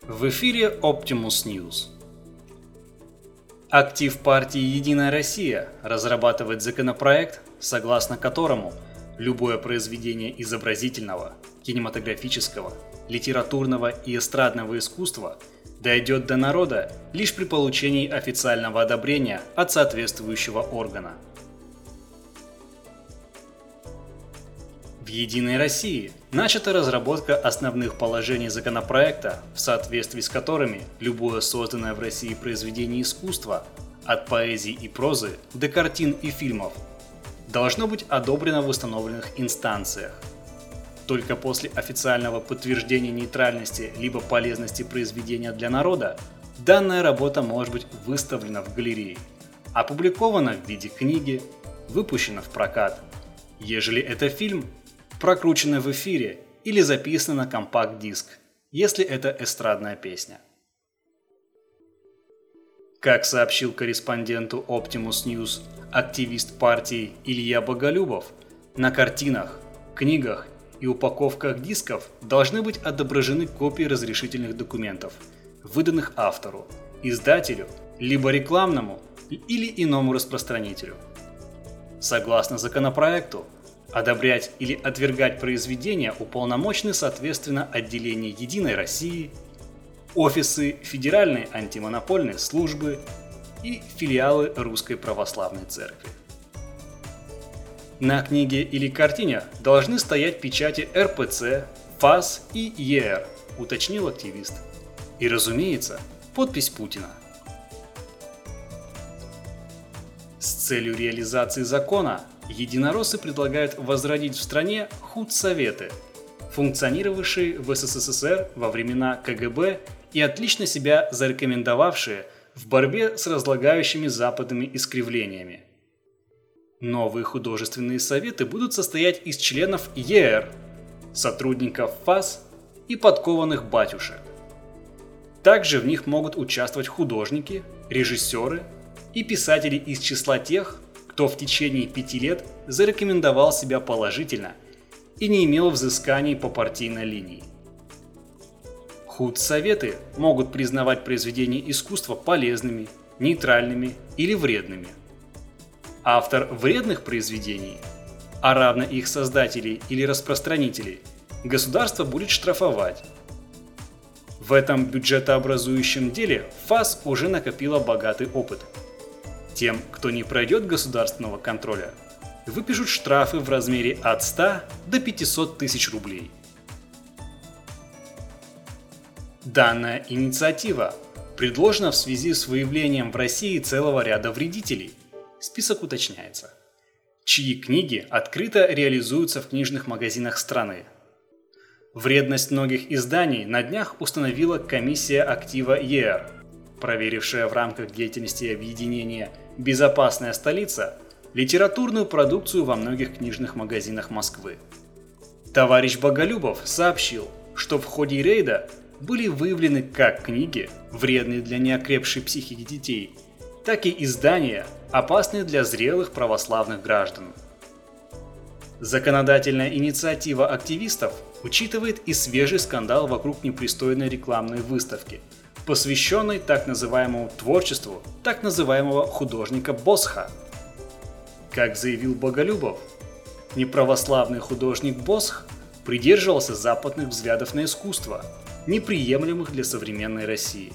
В эфире Optimus News. Актив партии «Единая Россия» разрабатывает законопроект, согласно которому любое произведение изобразительного, кинематографического, литературного и эстрадного искусства дойдет до народа лишь при получении официального одобрения от соответствующего органа. В «Единой России» начата разработка основных положений законопроекта, в соответствии с которыми любое созданное в России произведение искусства, от поэзии и прозы до картин и фильмов, должно быть одобрено в установленных инстанциях. Только после официального подтверждения нейтральности либо полезности произведения для народа данная работа может быть выставлена в галерее, опубликована в виде книги, выпущена в прокат. Ежели это фильм, прокручено в эфире или записано на компакт-диск, если это эстрадная песня. Как сообщил корреспонденту Optimus News активист партии Илья Боголюбов, на картинах, книгах и упаковках дисков должны быть отображены копии разрешительных документов, выданных автору, издателю, либо рекламному или иному распространителю. Согласно законопроекту, одобрять или отвергать произведения уполномочены соответственно отделения «Единой России», офисы Федеральной антимонопольной службы и филиалы Русской Православной Церкви. На книге или картине должны стоять печати РПЦ, ФАС и ЕР, уточнил активист. И, разумеется, подпись Путина. С целью реализации закона единороссы предлагают возродить в стране худсоветы, функционировавшие в СССР во времена КГБ и отлично себя зарекомендовавшие в борьбе с разлагающими западными искривлениями. Новые художественные советы будут состоять из членов ЕР, сотрудников ФАС и подкованных батюшек. Также в них могут участвовать художники, режиссеры и писатели из числа тех, кто в течение 5 лет зарекомендовал себя положительно и не имел взысканий по партийной линии. Худсоветы могут признавать произведения искусства полезными, нейтральными или вредными. Автор вредных произведений, а равно их создателей или распространителей, государство будет штрафовать. В этом бюджетообразующем деле ФАС уже накопила богатый опыт. Тем, кто не пройдет государственного контроля, выпишут штрафы в размере от 100 до 500 тысяч рублей. Данная инициатива предложена в связи с выявлением в России целого ряда вредителей. Список уточняется. Чьи книги открыто реализуются в книжных магазинах страны. Вредность многих изданий на днях установила комиссия актива ЕР, проверившая в рамках деятельности объединения «Безопасная столица» литературную продукцию во многих книжных магазинах Москвы. Товарищ Боголюбов сообщил, что в ходе рейда были выявлены как книги, вредные для неокрепшей психики детей, так и издания, опасные для зрелых православных граждан. Законодательная инициатива активистов учитывает и свежий скандал вокруг непристойной рекламной выставки, посвященной так называемому творчеству так называемого художника Босха. Как заявил Боголюбов, неправославный художник Босх придерживался западных взглядов на искусство, неприемлемых для современной России.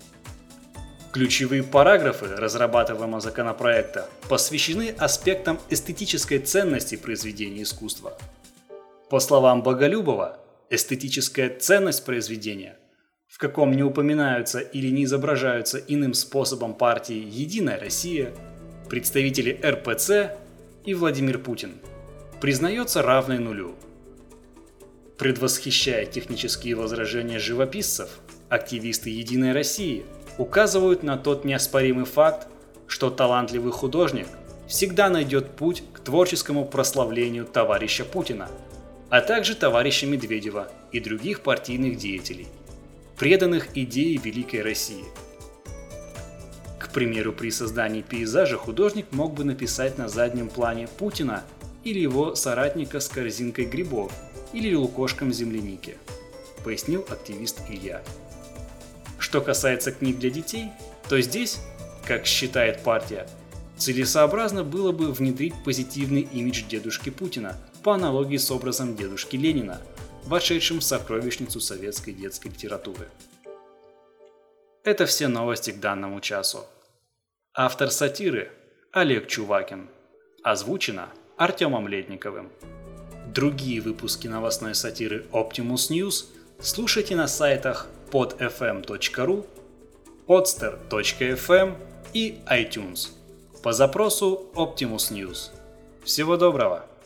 Ключевые параграфы разрабатываемого законопроекта посвящены аспектам эстетической ценности произведения искусства. По словам Боголюбова, эстетическая ценность произведения, в каком не упоминаются или не изображаются иным способом партии «Единая Россия», представители РПЦ и Владимир Путин, признается равной нулю. Предвосхищая технические возражения живописцев, активисты «Единой России» указывают на тот неоспоримый факт, что талантливый художник всегда найдет путь к творческому прославлению товарища Путина, а также товарища Медведева и других партийных деятелей, преданных идее Великой России. К примеру, при создании пейзажа художник мог бы написать на заднем плане Путина или его соратника с корзинкой грибов или лукошком земляники, пояснил активист Илья. Что касается книг для детей, то здесь, как считает партия, целесообразно было бы внедрить позитивный имидж дедушки Путина по аналогии с образом дедушки Ленина, вошедшим в сокровищницу советской детской литературы. Это все новости к данному часу. Автор сатиры – Олег Чувакин. Озвучено Артемом Летниковым. Другие выпуски новостной сатиры Optimus News слушайте на сайтах podfm.ru, podster.fm и iTunes по запросу Optimus News. Всего доброго!